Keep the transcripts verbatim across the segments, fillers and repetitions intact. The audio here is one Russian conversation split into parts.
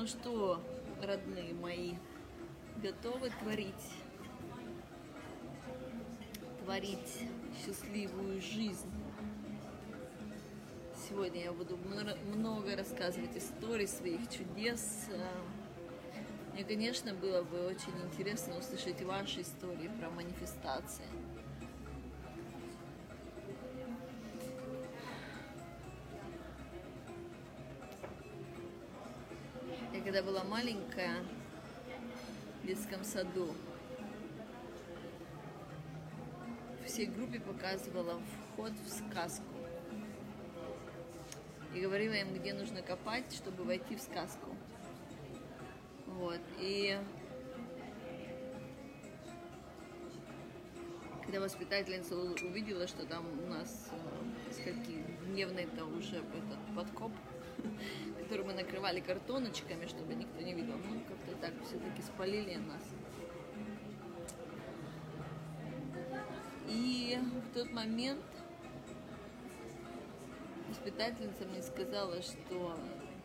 что, родные мои, готовы творить, творить счастливую жизнь? Сегодня я буду много рассказывать историй своих чудес. Мне, конечно, было бы очень интересно услышать ваши истории про манифестации. Я когда была маленькая, в детском саду, всей группе показывала вход в сказку. И говорила им, где нужно копать, чтобы войти в сказку. Вот. И когда воспитательница увидела, что там у нас скольки дневный-то уже этот подкоп, который мы накрывали картоночками, чтобы никто не видел, ну как-то так все-таки спалили нас. И в тот момент воспитательница мне сказала, что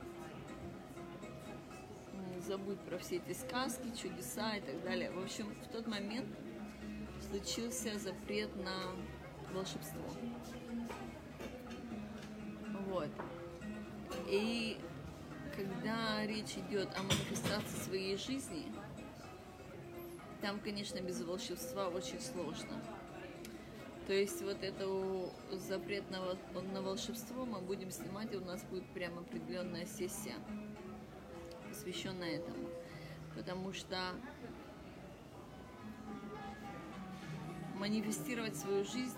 забудь про все эти сказки, чудеса и так далее. В общем, в тот момент случился запрет на волшебство. Вот. И когда речь идет о манифестации своей жизни, там, конечно, без волшебства очень сложно. То есть вот это запрет на, на волшебство мы будем снимать, и у нас будет прям определенная сессия, посвященная этому. Потому что манифестировать свою жизнь,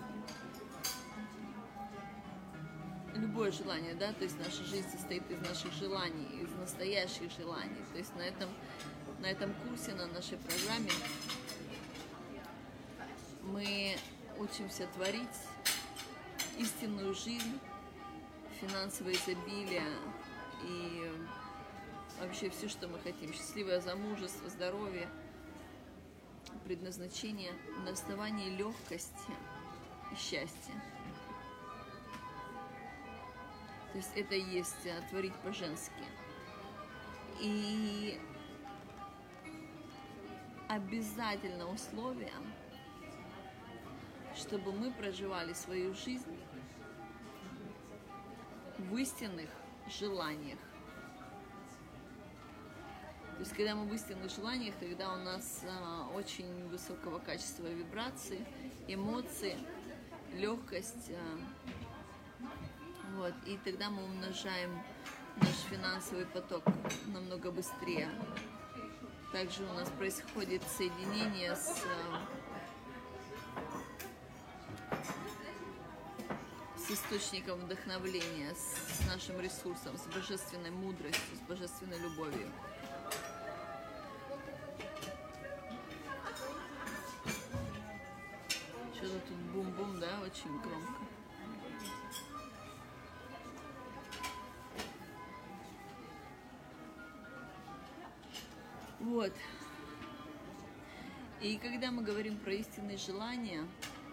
любое желание, да, то есть наша жизнь состоит из наших желаний, из настоящих желаний. То есть на этом, на этом курсе, на нашей программе мы учимся творить истинную жизнь, финансовое изобилие и вообще все, что мы хотим. Счастливое замужество, здоровье, предназначение на основании легкости и счастья. То есть это и есть творить по-женски. И обязательно условие, чтобы мы проживали свою жизнь в истинных желаниях. То есть, когда мы в истинных желаниях, когда у нас а, очень высокого качества вибрации, эмоции, легкость, а, вот, и тогда мы умножаем наш финансовый поток намного быстрее. Также у нас происходит соединение с а, с источником вдохновления, с нашим ресурсом, с божественной мудростью, с божественной любовью. Что-то тут бум-бум, да, очень громко. Вот. И когда мы говорим про истинные желания,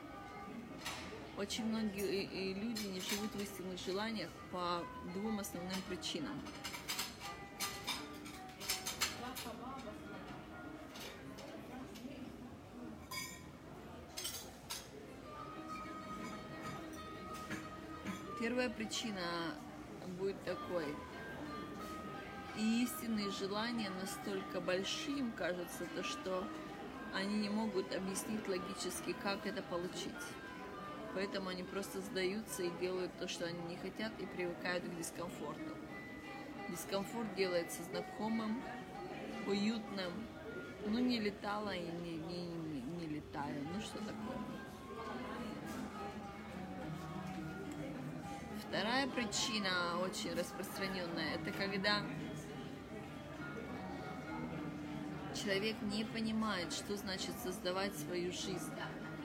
очень многие люди не живут в истинных желаниях по двум основным причинам. Первая причина будет такой. И истинные желания настолько большие им кажется, то, что они не могут объяснить логически, как это получить. Поэтому они просто сдаются и делают то, что они не хотят, и привыкают к дискомфорту. Дискомфорт делается знакомым, уютным. Ну, не летала и не, не, не, не летаю. Ну, что такое? Вторая причина, очень распространенная, это когда человек не понимает, что значит создавать свою жизнь.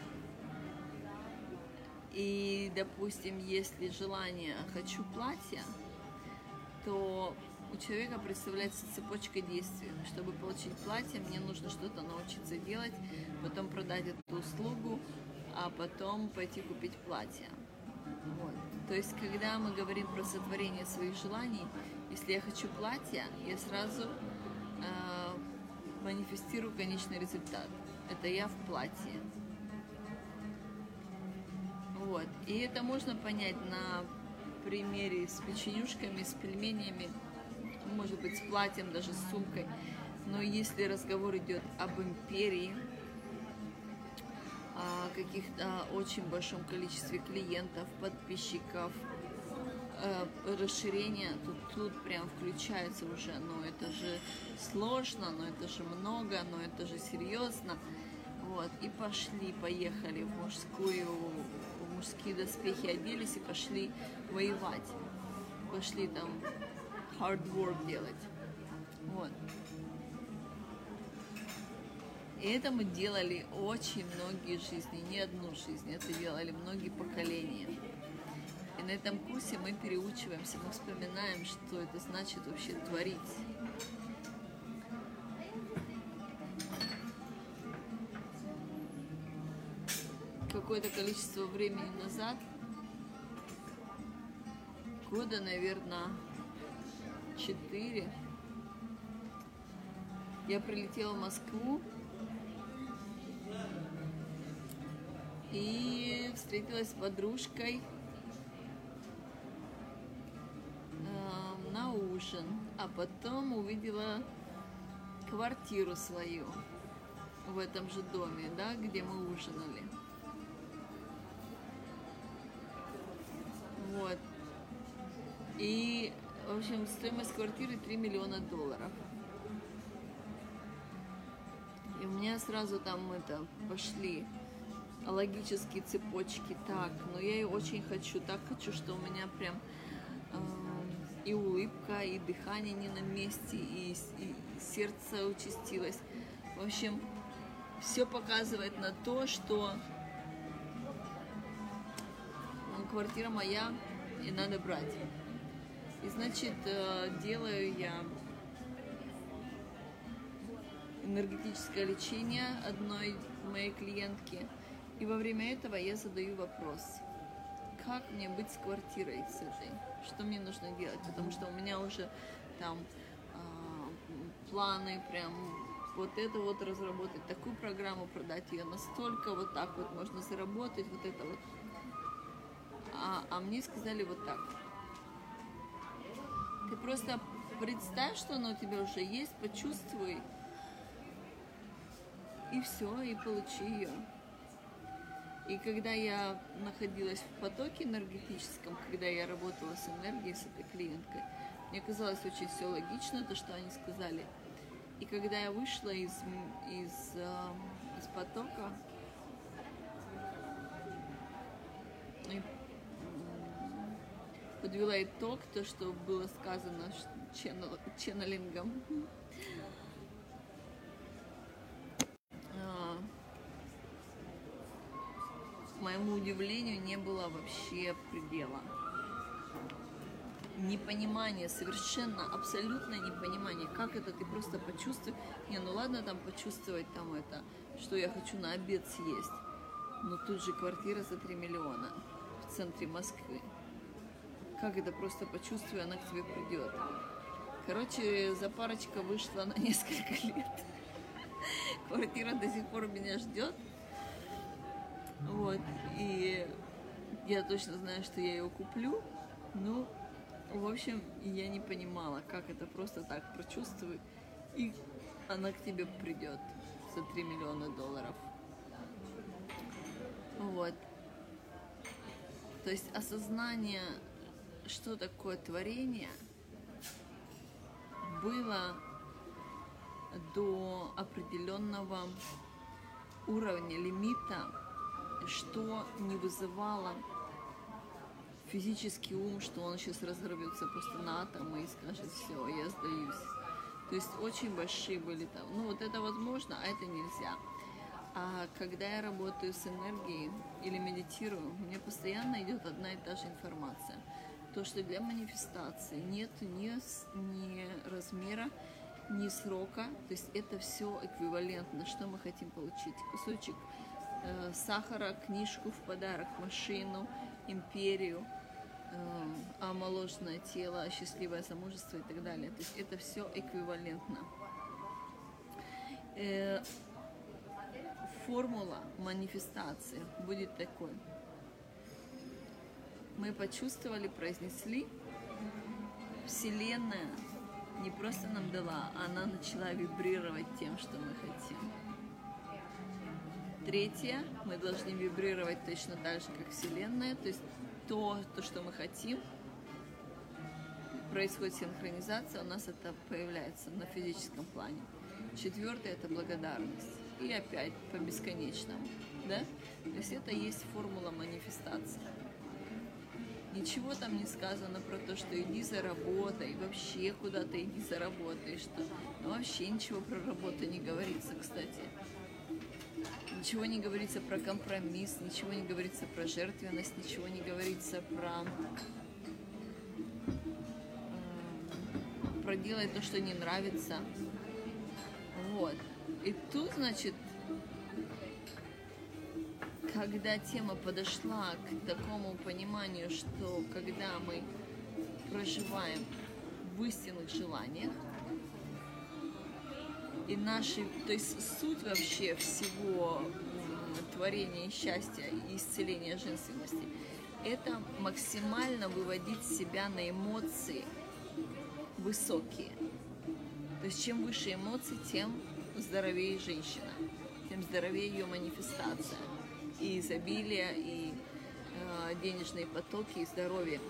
И, допустим, если желание «хочу платье», то у человека представляется цепочка действий. Чтобы получить платье, мне нужно что-то научиться делать, потом продать эту услугу, а потом пойти купить платье. Вот. То есть, когда мы говорим про сотворение своих желаний, Если я хочу платье, я сразу э, манифестирую конечный результат. Это я в платье. Вот. И это можно понять на примере с печенюшками, с пельменями, может быть, с платьем, даже с сумкой. Но если разговор идет об империи, о каких-то очень большом количестве клиентов, подписчиков, расширение, тут, тут прям включается уже, но это же сложно, но это же много, но это же серьезно. Вот, и пошли, поехали в мужскую, в мужские доспехи оделись и пошли воевать. Пошли там hard work делать. Вот. И это мы делали очень многие жизни, не одну жизнь, это делали многие поколения. И на этом курсе мы переучиваемся, мы вспоминаем, что это значит вообще творить. Какое-то количество времени назад, года, наверное, четыре, я прилетела в Москву и встретилась с подружкой э, на ужин, а потом увидела квартиру свою в этом же доме, да, где мы ужинали. Вот. И, в общем, стоимость квартиры три миллиона долларов. И у меня сразу там это пошли логические цепочки. Так, но я ее очень хочу, так хочу, что у меня прям э, и улыбка, и дыхание не на месте, и, и сердце участилось. В общем, все показывает на то, что ну, квартира моя, и надо брать. И значит, делаю я энергетическое лечение одной моей клиентки. И во время этого я задаю вопрос, как мне быть с квартирой с этой? Что мне нужно делать? Потому что у меня уже там э, планы прям вот это вот разработать, такую программу, продать ее настолько, вот так вот можно заработать, вот это вот. А, а мне сказали вот так. Ты просто представь, что она у тебя уже есть, почувствуй, и все, и получи ее. И когда я находилась в потоке энергетическом, когда я работала с энергией, с этой клиенткой, мне казалось очень все логично, то, что они сказали. И когда я вышла из, из, из потока, подвела итог, то, что было сказано ченнел, ченнелингом. А, моему удивлению не было вообще предела. Непонимание, совершенно, абсолютно непонимание. Как это ты просто почувствуешь? Не, ну ладно там почувствовать там это, что я хочу на обед съесть. Но тут же квартира за три миллиона в центре Москвы. Как это просто почувствуй, она к тебе придет. Короче, запарочка вышла на несколько лет. Квартира до сих пор меня ждет. Вот. И я точно знаю, что я ее куплю. Ну, в общем, я не понимала, как это просто так прочувствуй, и она к тебе придет за три миллиона долларов. Вот. То есть осознание, что такое творение, было до определенного уровня, лимита, что не вызывало физический ум, что он сейчас разорвется просто на атомы и скажет: все, я сдаюсь. То есть очень большие были там, ну вот это возможно, а это нельзя. А когда я работаю с энергией или медитирую, мне постоянно идет одна и та же информация. То, что для манифестации нет ни, ни размера, ни срока, то есть это все эквивалентно, что мы хотим получить. Кусочек э, сахара, книжку в подарок, машину, империю. омоложенное тело, счастливое замужество и так далее. То есть это все эквивалентно. Формула манифестации будет такой. Мы почувствовали, произнесли, Вселенная не просто нам дала, она начала вибрировать тем, что мы хотим. Третье, мы должны вибрировать точно так же, как Вселенная, то есть то, то, что мы хотим, происходит синхронизация, у нас это появляется на физическом плане. Четвертое – это благодарность. И опять по бесконечному. Да? То есть это есть формула манифестации. Ничего там не сказано про то, что иди заработай, вообще куда-то иди заработай, что ну, вообще ничего про работу не говорится, кстати. Ничего не говорится про компромисс, ничего не говорится про жертвенность, ничего не говорится про э, проделать то, что не нравится. Вот. И тут, значит, когда тема подошла к такому пониманию, что когда мы проживаем в истинных желаниях, и наши, то есть суть вообще всего творения счастья и исцеления женственности, это максимально выводить себя на эмоции высокие. То есть чем выше эмоции, тем здоровее женщина, тем здоровее ее манифестация. И изобилие, и э, денежные потоки, и здоровье.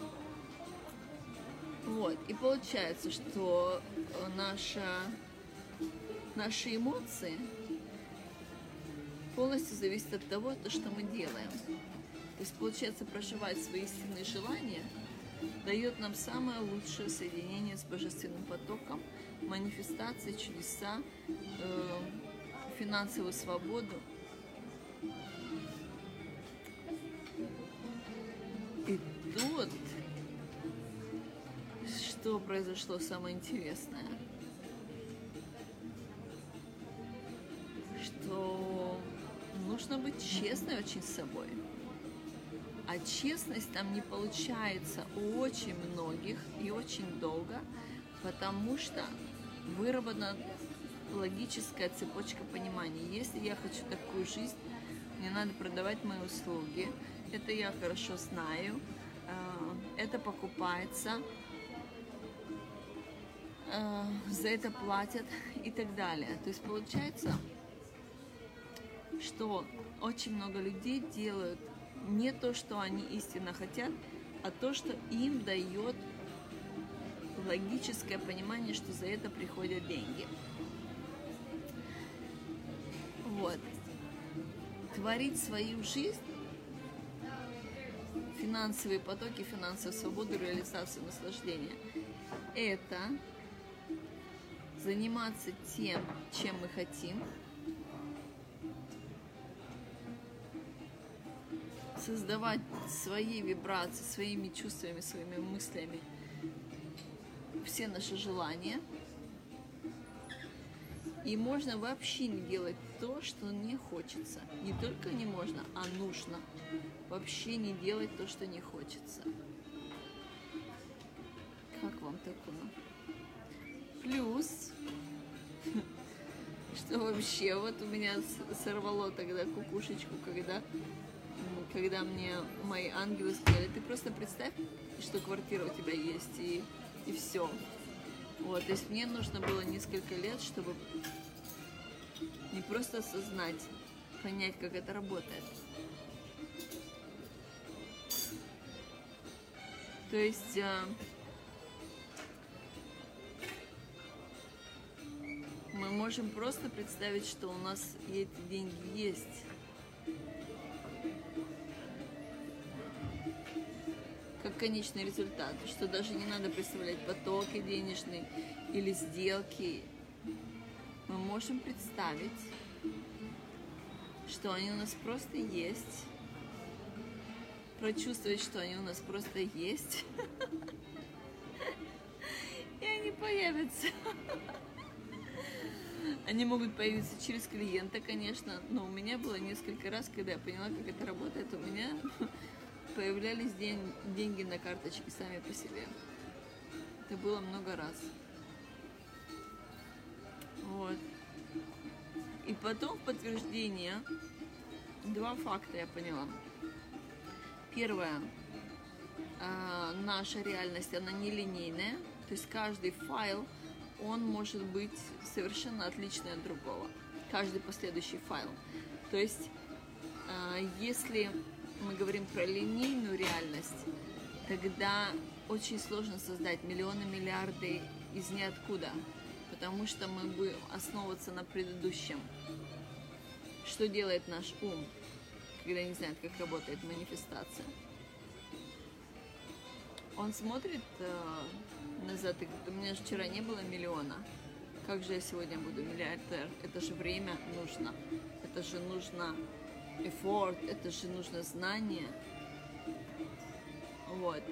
Вот. И получается, что наша, наши эмоции полностью зависят от того, то, что мы делаем. То есть, получается, проживать свои истинные желания дает нам самое лучшее соединение с божественным потоком, манифестации, чудеса, э, финансовую свободу. И тут, что произошло самое интересное, что нужно быть честной очень с собой. А честность там не получается у очень многих и очень долго, потому что выработана логическая цепочка понимания. Если я хочу такую жизнь, мне надо продавать мои услуги. Это я хорошо знаю, это покупается, за это платят и так далее. То есть получается, что очень много людей делают не то, что они истинно хотят, а то, что им дает логическое понимание, что за это приходят деньги. Вот. Творить свою жизнь, финансовые потоки, финансовую свободу, реализацию, наслаждение. Это заниматься тем, чем мы хотим, создавать свои вибрации, своими чувствами, своими мыслями все наши желания. И можно вообще не делать то, что не хочется. Не только не можно, а нужно. Вообще не делать то, что не хочется. Как вам такое? Плюс, что вообще вот у меня сорвало тогда кукушечку, когда, когда мне мои ангелы сказали, ты просто представь, что квартира у тебя есть, и, и все. Вот, то есть мне нужно было несколько лет, чтобы не просто осознать, понять, как это работает. То есть э, мы можем просто представить, что у нас эти деньги есть. Как конечный результат, что даже не надо представлять потоки денежные или сделки. Мы можем представить, что они у нас просто есть, прочувствовать, что они у нас просто есть, и они появятся. Они могут появиться через клиента, конечно, но у меня было несколько раз, когда я поняла, как это работает, у меня появлялись день, деньги на карточке сами по себе. Это было много раз. Вот. И потом в подтверждение два факта я поняла. Первое. Э, наша реальность, она нелинейная. То есть каждый файл, он может быть совершенно отличный от другого. Каждый последующий файл. То есть, э, если мы говорим про линейную реальность, тогда очень сложно создать миллионы, миллиарды из ниоткуда, потому что мы будем основываться на предыдущем. Что делает наш ум, когда не знает, как работает манифестация? Он смотрит э, назад и говорит: у меня же вчера не было миллиона, как же я сегодня буду миллиардер? Это же время нужно, это же нужно эфорт, это же нужно знание. Вот.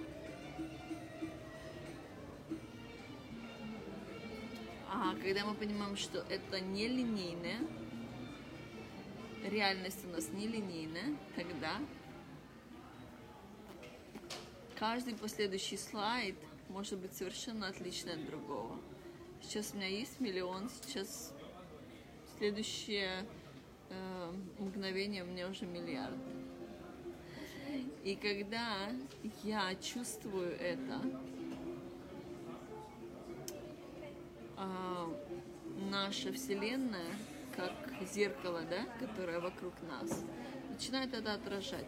А когда мы понимаем, что это нелинейная, реальность у нас нелинейная, тогда каждый последующий слайд может быть совершенно отличный от другого. Сейчас у меня есть миллион, сейчас следующее э, мгновение у меня уже миллиард. И когда я чувствую это, э, наша Вселенная, как зеркало, да, которое вокруг нас, начинает это отражать.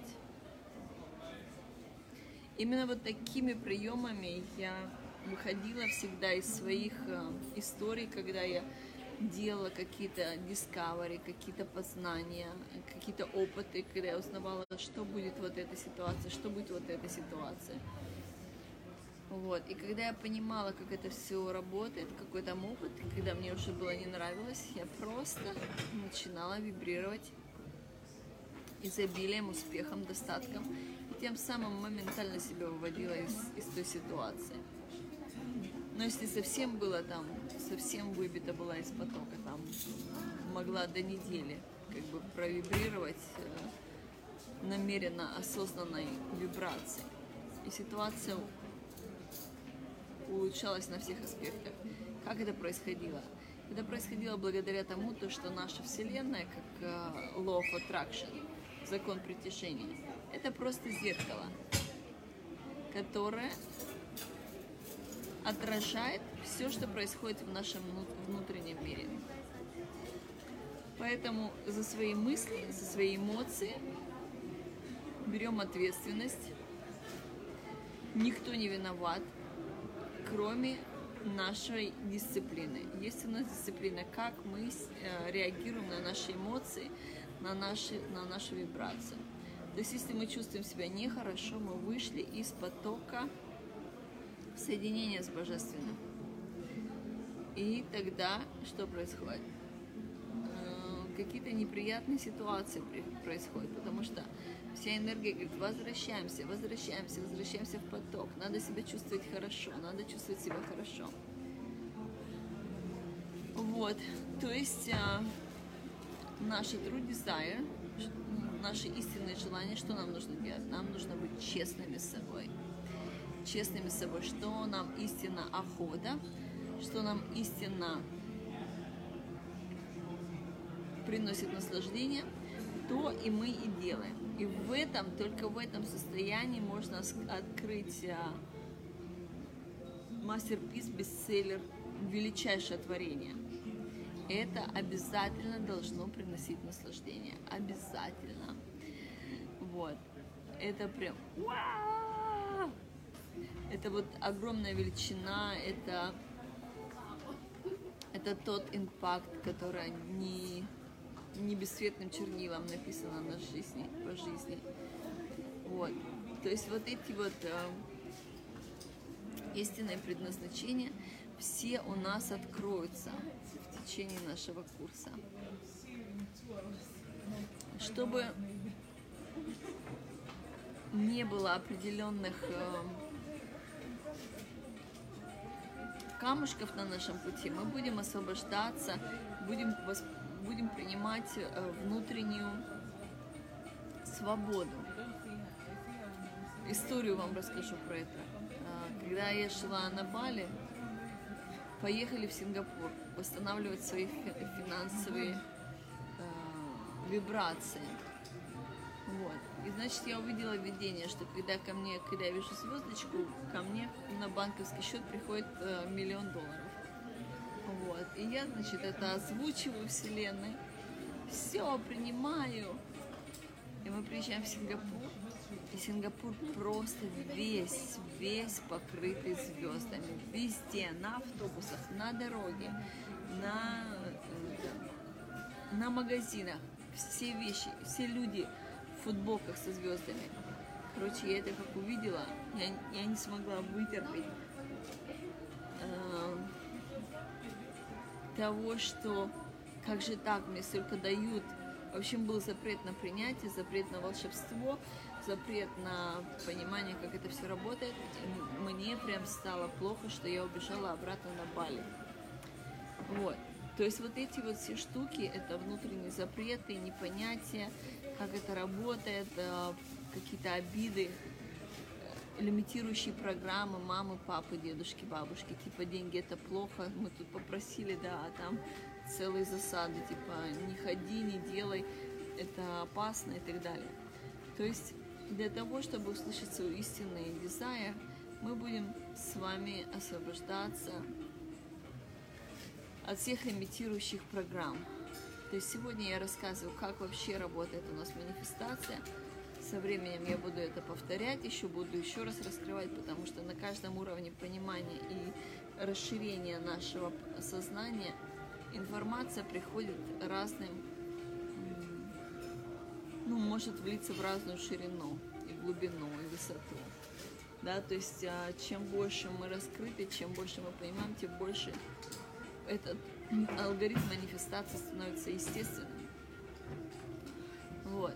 Именно вот такими приемами я выходила всегда из своих э, историй, когда я делала какие-то discovery, какие-то познания, какие-то опыты, когда я узнавала, что будет вот эта ситуация, что будет вот эта ситуация. Вот. И когда я понимала, как это все работает, какой там опыт, и когда мне уже было не нравилось, я просто начинала вибрировать изобилием, успехом, достатком, и тем самым моментально себя выводила из, из той ситуации. Но если совсем было там, совсем выбита была из потока, там могла до недели как бы провибрировать э, намеренно осознанной вибрацией. И ситуация улучшалась на всех аспектах. Как это происходило? Это происходило благодаря тому, то, что наша Вселенная, как э, law of attraction, закон притяжения, это просто зеркало, которое отражает все, что происходит в нашем внутреннем мире. Поэтому за свои мысли, за свои эмоции берем ответственность. Никто не виноват, кроме нашей дисциплины. Есть у нас дисциплина, как мы реагируем на наши эмоции, на, наши, на нашу вибрацию. То есть, если мы чувствуем себя нехорошо, мы вышли из потока соединения с Божественным. И тогда что происходит? Какие-то неприятные ситуации происходят, потому что вся энергия говорит: возвращаемся, возвращаемся, возвращаемся в поток. Надо себя чувствовать хорошо, надо чувствовать себя хорошо. Вот, то есть наши true desire, наши истинные желания, что нам нужно делать? Нам нужно быть честными с собой. Честными с собой, что нам истинно охота, что нам истинно приносит наслаждение, то и мы и делаем. И в этом, только в этом состоянии можно открыть мастерпис, бестселлер, величайшее творение. Это обязательно должно приносить наслаждение. Обязательно. Вот. Это прям... Это вот огромная величина, это, это тот импакт, который не, не бесцветным чернилом написано на жизни, по жизни. Вот. То есть вот эти вот э, истинные предназначения все у нас откроются в течение нашего курса. Чтобы не было определенных э, камушков на нашем пути, мы будем освобождаться, будем, будем принимать внутреннюю свободу. историю вам расскажу про это. Когда я шла на Бали, поехали в Сингапур восстанавливать свои финансовые э, вибрации. Вот. И значит, я увидела видение, что когда ко мне, когда я вижу звездочку, ко мне на банковский счет приходит э, миллион долларов. Вот. И я, значит, это озвучиваю Вселенной, все принимаю. И мы приезжаем в Сингапур, и Сингапур просто весь, весь покрытый звездами. Везде, на автобусах, на дороге, на, на магазинах. Все вещи, все люди в футболках со звездами. Короче, я это как увидела, я, я не смогла вытерпеть э, того, что как же так, мне столько дают. В общем, был запрет на принятие, запрет на волшебство, запрет на понимание, как это все работает. И мне прям стало плохо, что я убежала обратно на Бали. Вот. То есть вот эти вот все штуки, это внутренние запреты, непонятие, как это работает, какие-то обиды, лимитирующие программы мамы, папы, дедушки, бабушки. Типа деньги это плохо, мы тут попросили, да, а там целые засады, типа не ходи, не делай, это опасно и так далее. То есть для того, чтобы услышать свой истинный desire, мы будем с вами освобождаться от всех лимитирующих программ. То есть сегодня я рассказываю, как вообще работает у нас манифестация. Со временем я буду это повторять, еще буду еще раз раскрывать, потому что на каждом уровне понимания и расширения нашего сознания информация приходит разным, ну, может влиться в разную ширину, и глубину, и высоту. Да, то есть чем больше мы раскрыты, чем больше мы понимаем, тем больше этот алгоритм манифестации становится естественным. Вот.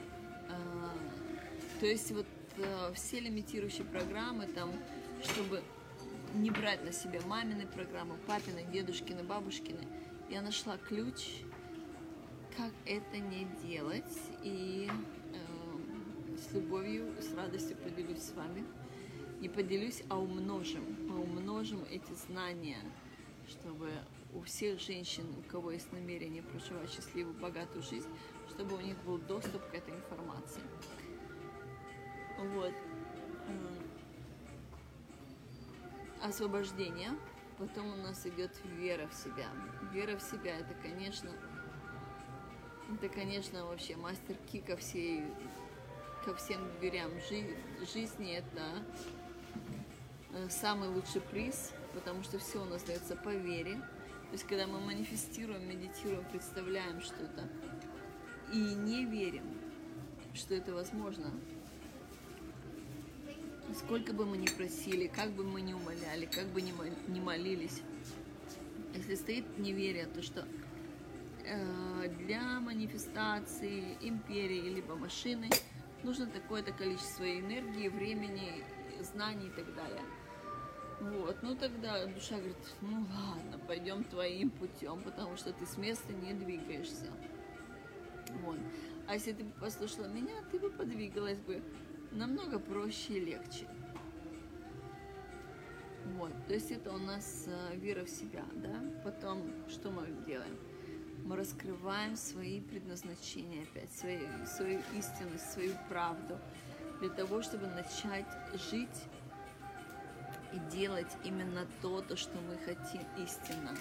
То есть вот все лимитирующие программы, там, чтобы не брать на себя мамины программы, папины, дедушкины, бабушкины, я нашла ключ, как это не делать, и э, с любовью, с радостью поделюсь с вами. Не поделюсь, а умножим. Мы умножим эти знания, чтобы у всех женщин, у кого есть намерение проживать счастливую, богатую жизнь, чтобы у них был доступ к этой информации. Вот. Освобождение. Потом у нас идет вера в себя. Вера в себя это, конечно, это, конечно, вообще мастер-ки ко всей, ко всем дверям жи- жизни. Это самый лучший приз, потому что все у нас дается по вере. То есть, когда мы манифестируем, медитируем, представляем что-то и не верим, что это возможно, сколько бы мы ни просили, как бы мы ни умоляли, как бы ни молились, если стоит неверие, то что э, для манифестации империи либо машины нужно такое-то количество энергии, времени, знаний и так далее. Вот, ну тогда душа говорит, ну ладно, пойдем твоим путем, потому что ты с места не двигаешься. Вот. А если ты бы послушала меня, ты бы подвигалась бы намного проще и легче. Вот, то есть это у нас э, вера в себя, да. Потом что мы делаем? Мы раскрываем свои предназначения опять, свои, свою истинность, свою правду, для того, чтобы начать жить и делать именно то, то, что мы хотим истинно.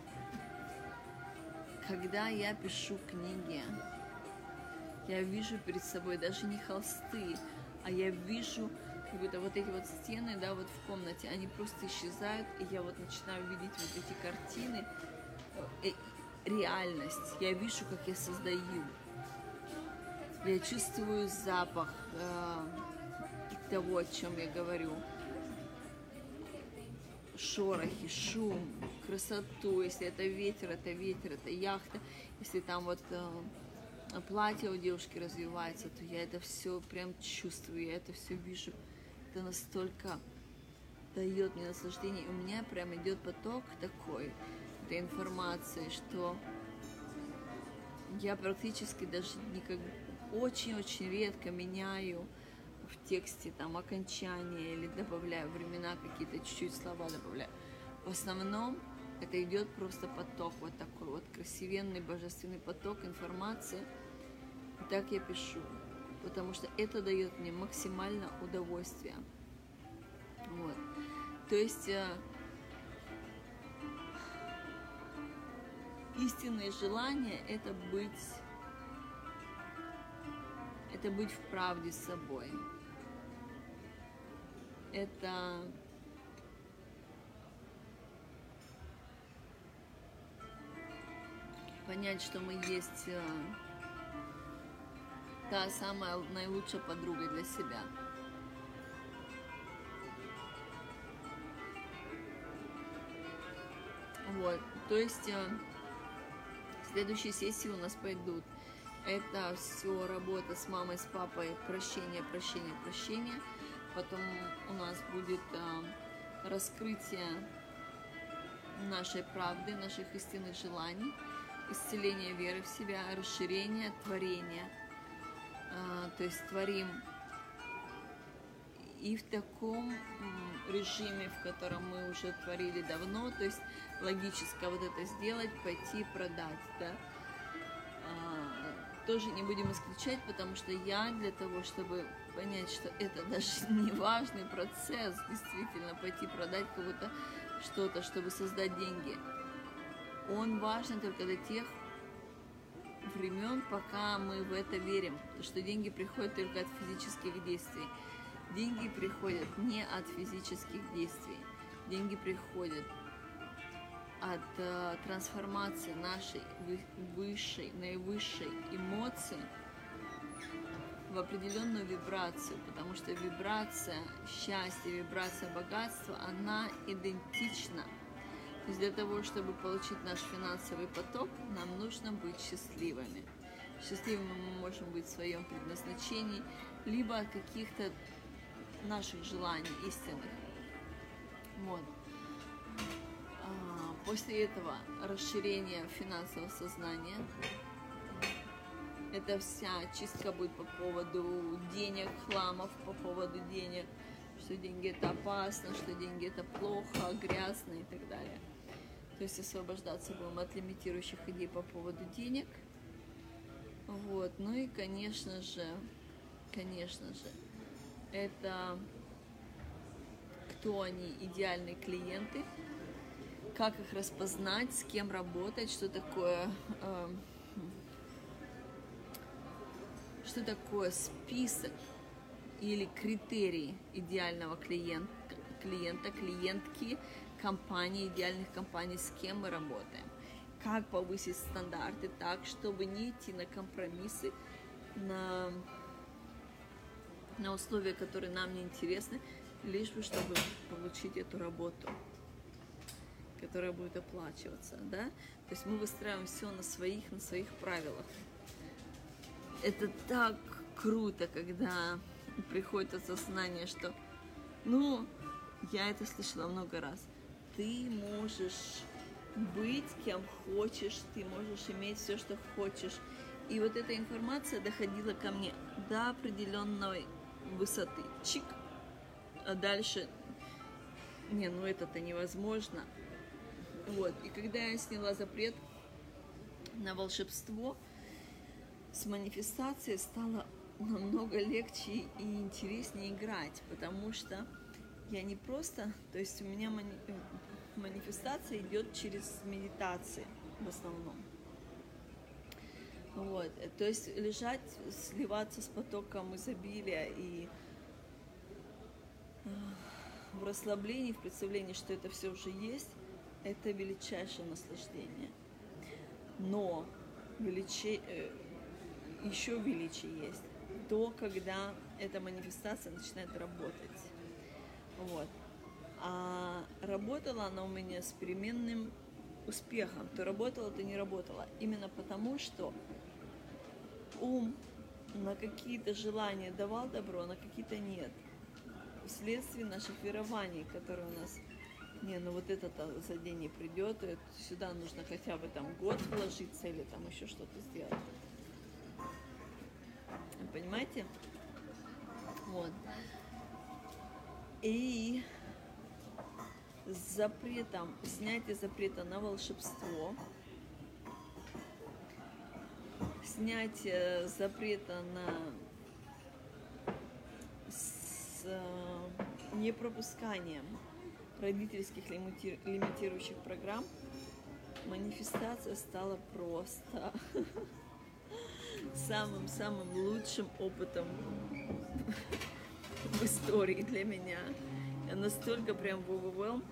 Когда я пишу книги, я вижу перед собой даже не холсты, а я вижу как будто вот эти вот стены, да, вот в комнате, они просто исчезают, и я вот начинаю видеть вот эти картины, э, реальность. Я вижу, как я создаю. Я чувствую запах э, того, о чем я говорю. Шорохи, шум, красоту. Если это ветер, это ветер, это яхта. Если там вот э, платье у девушки развивается, то я это все прям чувствую, я это все вижу. Это настолько дает мне наслаждение. И у меня прям идет поток такой этой информации, что я практически даже никак очень-очень редко меняю в тексте там окончания или добавляю времена, какие-то чуть-чуть слова добавляю. В основном это идет просто поток, вот такой вот красивенный божественный поток информации. И так я пишу, потому что это дает мне максимально удовольствие. Вот. То есть истинное желание — это быть, это быть в правде с собой. Это понять, что мы есть та самая наилучшая подруга для себя. Вот, то есть следующие сессии у нас пойдут. Это все работа с мамой, с папой, прощение, прощение, прощение. Потом у нас будет э, раскрытие нашей правды, наших истинных желаний, исцеление веры в себя, расширение, творение. Э, то есть творим и в таком режиме, в котором мы уже творили давно, то есть логически вот это сделать, пойти продать, да. А, тоже не будем исключать, потому что я для того, чтобы понять, что это даже не важный процесс, действительно, пойти продать кого-то что-то, чтобы создать деньги, он важен только до тех времен, пока мы в это верим, потому что деньги приходят только от физических действий. Деньги приходят не от физических действий. Деньги приходят от э, трансформации нашей высшей, наивысшей эмоции в определенную вибрацию, потому что вибрация счастья, вибрация богатства, она идентична. То есть для того, чтобы получить наш финансовый поток, нам нужно быть счастливыми. Счастливыми мы можем быть в своем предназначении, либо от каких-то наших желаний истинных. Вот. После этого расширение финансового сознания. Это вся чистка будет по поводу денег, хламов, по поводу денег, что деньги это опасно, что деньги это плохо, грязно и так далее. То есть освобождаться будем от лимитирующих идей по поводу денег. Вот. Ну и, конечно же, конечно же, это кто они, идеальные клиенты, как их распознать, с кем работать, что такое, э, что такое список или критерии идеального клиента, клиента, клиентки, компании, идеальных компаний, с кем мы работаем, как повысить стандарты так, чтобы не идти на компромиссы, на на условия, которые нам не интересны, лишь бы чтобы получить эту работу, которая будет оплачиваться, да? То есть мы выстраиваем все на своих, на своих правилах. Это так круто, когда приходит осознание, что, ну, я это слышала много раз, ты можешь быть кем хочешь, ты можешь иметь все, что хочешь. И вот эта информация доходила ко мне до определенной высоты. Чик. А дальше, не, ну это-то невозможно. Вот. И когда я сняла запрет на волшебство, с манифестацией стало намного легче и интереснее играть, потому что я не просто, то есть у меня мани, манифестация идет через медитации в основном. Вот, то есть лежать, сливаться с потоком изобилия и в расслаблении, в представлении, что это все уже есть, это величайшее наслаждение. Но величи... еще величие есть то, когда эта манифестация начинает работать. Вот. А работала она у меня с переменным успехом. То работала, то не работала. Именно потому, что ум на какие-то желания давал добро, а на какие-то нет. Вследствие наших верований, которые у нас, не, ну вот это-то за день не придет, сюда нужно хотя бы там год вложиться или там еще что-то сделать. Понимаете? Вот. И с запретом, снятие запрета на волшебство, снятие запрета на с непропусканием родительских лимитирующих программ, манифестация стала просто самым-самым лучшим опытом в истории для меня. Я настолько прям в overwhelm.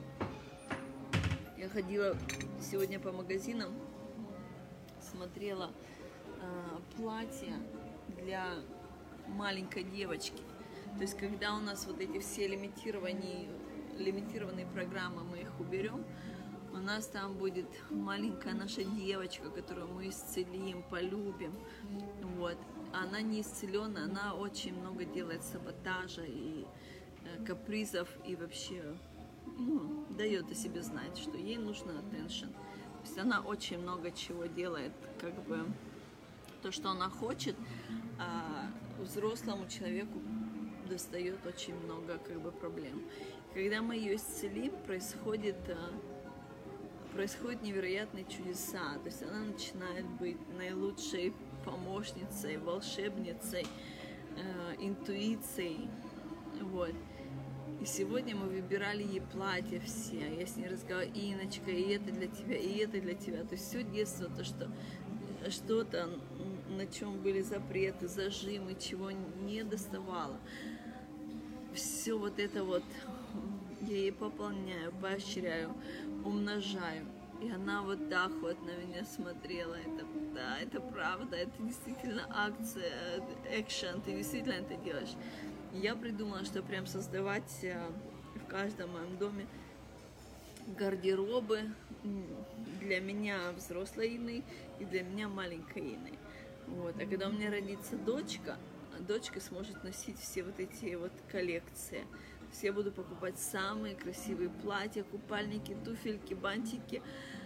Я ходила сегодня по магазинам, смотрела э, платья для маленькой девочки. То есть, когда у нас вот эти все лимитированные, лимитированные программы, мы их уберем, у нас там будет маленькая наша девочка, которую мы исцелим, полюбим. Вот. Она не исцеленная, она очень много делает саботажа и э, капризов, и вообще ну, дает о себе знать, что ей нужно attention. То есть она очень много чего делает, как бы то, что она хочет, а взрослому человеку достает очень много как бы проблем. Когда мы ее исцелим, происходит происходят невероятные чудеса. То есть она начинает быть наилучшей помощницей, волшебницей, э, интуицией. Вот. И сегодня мы выбирали ей платья все. Я с ней разговаривала: Иночка, и это для тебя, и это для тебя. То есть все детство, то, что что-то, на чем были запреты, зажимы, чего не доставало. Все вот это вот я ей пополняю, поощряю, умножаю. И она вот так вот на меня смотрела. Это, да, это правда, это действительно акция, экшен, ты действительно это делаешь. И я придумала, что прям создавать в каждом моем доме гардеробы для меня взрослой Инны и для меня маленькой Инны. Вот. А когда у меня родится дочка, дочка сможет носить все вот эти вот коллекции. То есть я буду покупать самые красивые платья, купальники, туфельки, бантики.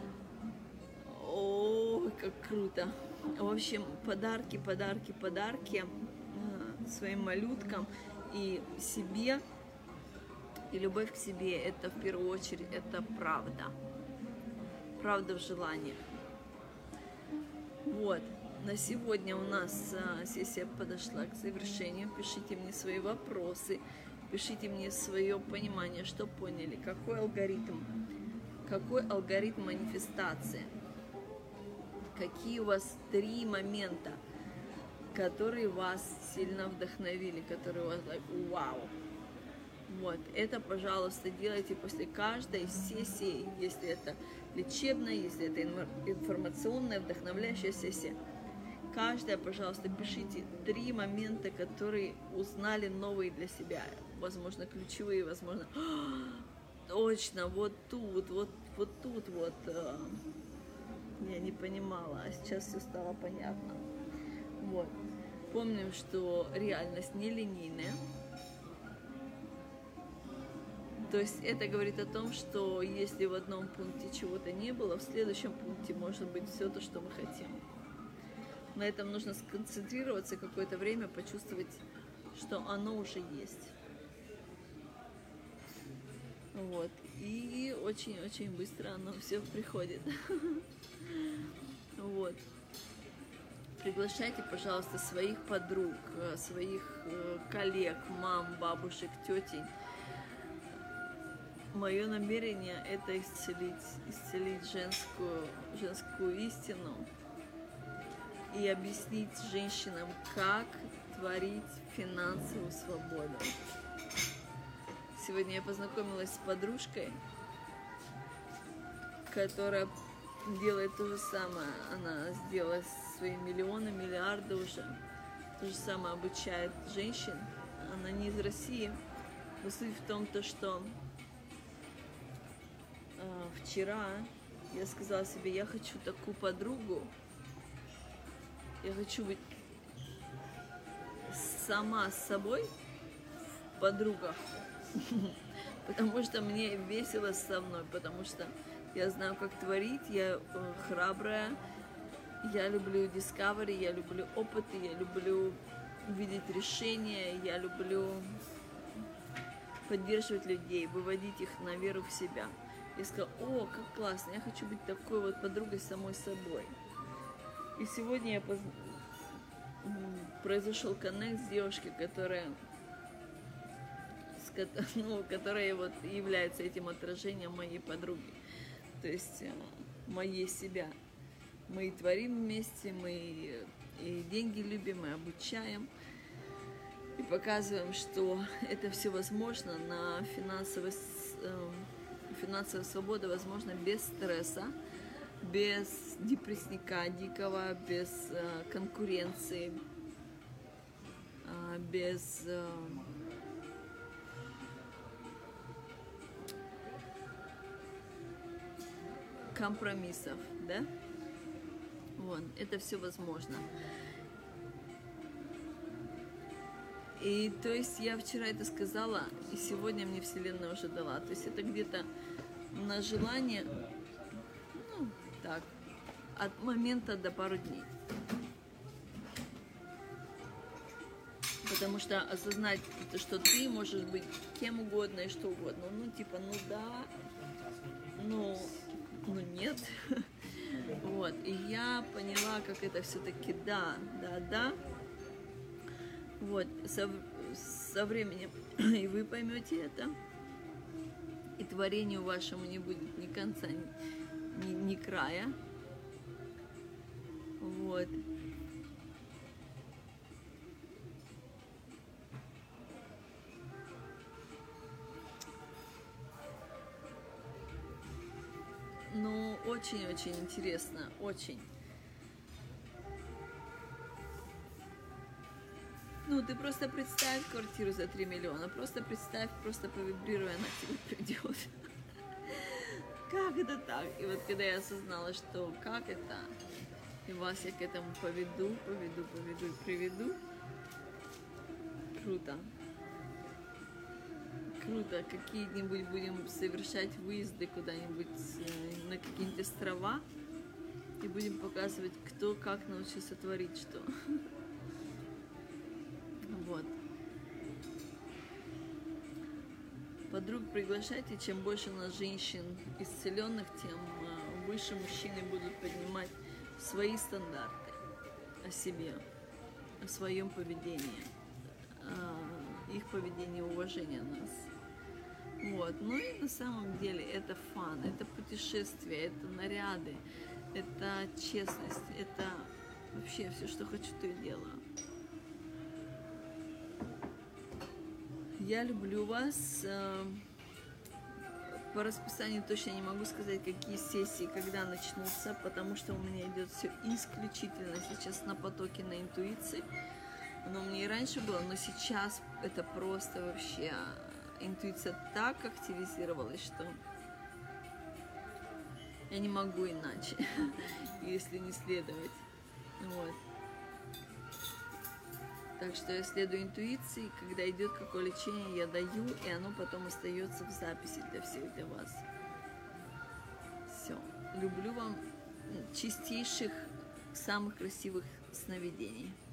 О, как круто! В общем, подарки, подарки, подарки своим малюткам и себе. И любовь к себе — это в первую очередь, это правда. Правда в желаниях. Вот. На сегодня у нас сессия подошла к завершению. Пишите мне свои вопросы, пишите мне свое понимание, что поняли, какой алгоритм, какой алгоритм манифестации, какие у вас три момента, которые вас сильно вдохновили, которые у вас like, вау. Вот, это, пожалуйста, делайте после каждой сессии, если это лечебная, если это информационная, вдохновляющая сессия. Каждая, пожалуйста, пишите три момента, которые узнали новые для себя. Возможно, ключевые, возможно, точно, вот тут, вот, вот тут, вот. Я не понимала, а сейчас все стало понятно. Вот. Помним, что реальность нелинейная. То есть это говорит о том, что если в одном пункте чего-то не было, в следующем пункте может быть все то, что мы хотим. На этом нужно сконцентрироваться какое-то время, почувствовать, что оно уже есть. Вот. И очень-очень быстро оно все приходит. Вот. Приглашайте, пожалуйста, своих подруг, своих коллег, мам, бабушек, тетей. Мое намерение — это исцелить, исцелить женскую, женскую истину и объяснить женщинам, как творить финансовую свободу. Сегодня я познакомилась с подружкой, которая делает то же самое. Она сделала свои миллионы, миллиарды уже. То же самое обучает женщин. Она не из России. Но суть в том, то, что э, вчера я сказала себе: я хочу такую подругу. Я хочу быть сама с собой в подругах. Потому что мне весело со мной, потому что я знаю, как творить, я э, храбрая, я люблю discovery, я люблю опыты, я люблю видеть утешение, я люблю поддерживать людей, выводить их на веру в себя. Я сказала: о, как классно, я хочу быть такой вот подругой самой собой. И сегодня я поз... произошел коннект с девушкой, которая, с... ну, которая вот является этим отражением моей подруги, то есть моей себя. Мы и творим вместе, мы и деньги любим, мы обучаем и показываем, что это все возможно на финансовой, финансовая свобода возможно без стресса, без депрессника дикого, без конкуренции, без компромиссов, да? Вот, это все возможно. И то есть я вчера это сказала, и сегодня мне Вселенная уже дала. То есть это где-то на желание, ну, так, от момента до пару дней. Потому что осознать, что ты можешь быть кем угодно и что угодно. Ну, типа, ну да, ну, ну нет. Вот, и я поняла, как это все-таки да, да, да. Вот, со, со временем и вы поймете это, и творению вашему не будет ни конца, ни, ни края. Вот. Ну, очень-очень интересно, очень. Ну, ты просто представь квартиру за три миллиона, просто представь, просто повибрируя, она к тебе придет. Как это так? И вот когда я осознала, что как это, и вас я к этому поведу, поведу, поведу и приведу, круто. Круто, какие-нибудь будем совершать выезды куда-нибудь на какие-нибудь острова и будем показывать, кто как научился творить что. Вот. Подруг приглашайте, чем больше у нас женщин исцеленных, тем выше мужчины будут поднимать свои стандарты о себе, о своем поведении, их поведение, уважение нас. Вот. Ну и на самом деле это фан, это путешествие, это наряды, это честность, это вообще все, что хочу, то и делаю. Я люблю вас. По расписанию точно не могу сказать, какие сессии, когда начнутся, потому что у меня идет все исключительно сейчас на потоке, на интуиции. Оно у меня и раньше было, но сейчас это просто вообще... Интуиция так активизировалась, что я не могу иначе, если не следовать. Вот. Так что я следую интуиции, когда идет какое лечение, я даю, и оно потом остается в записи для всех, для вас. Все. Люблю вам чистейших, самых красивых сновидений.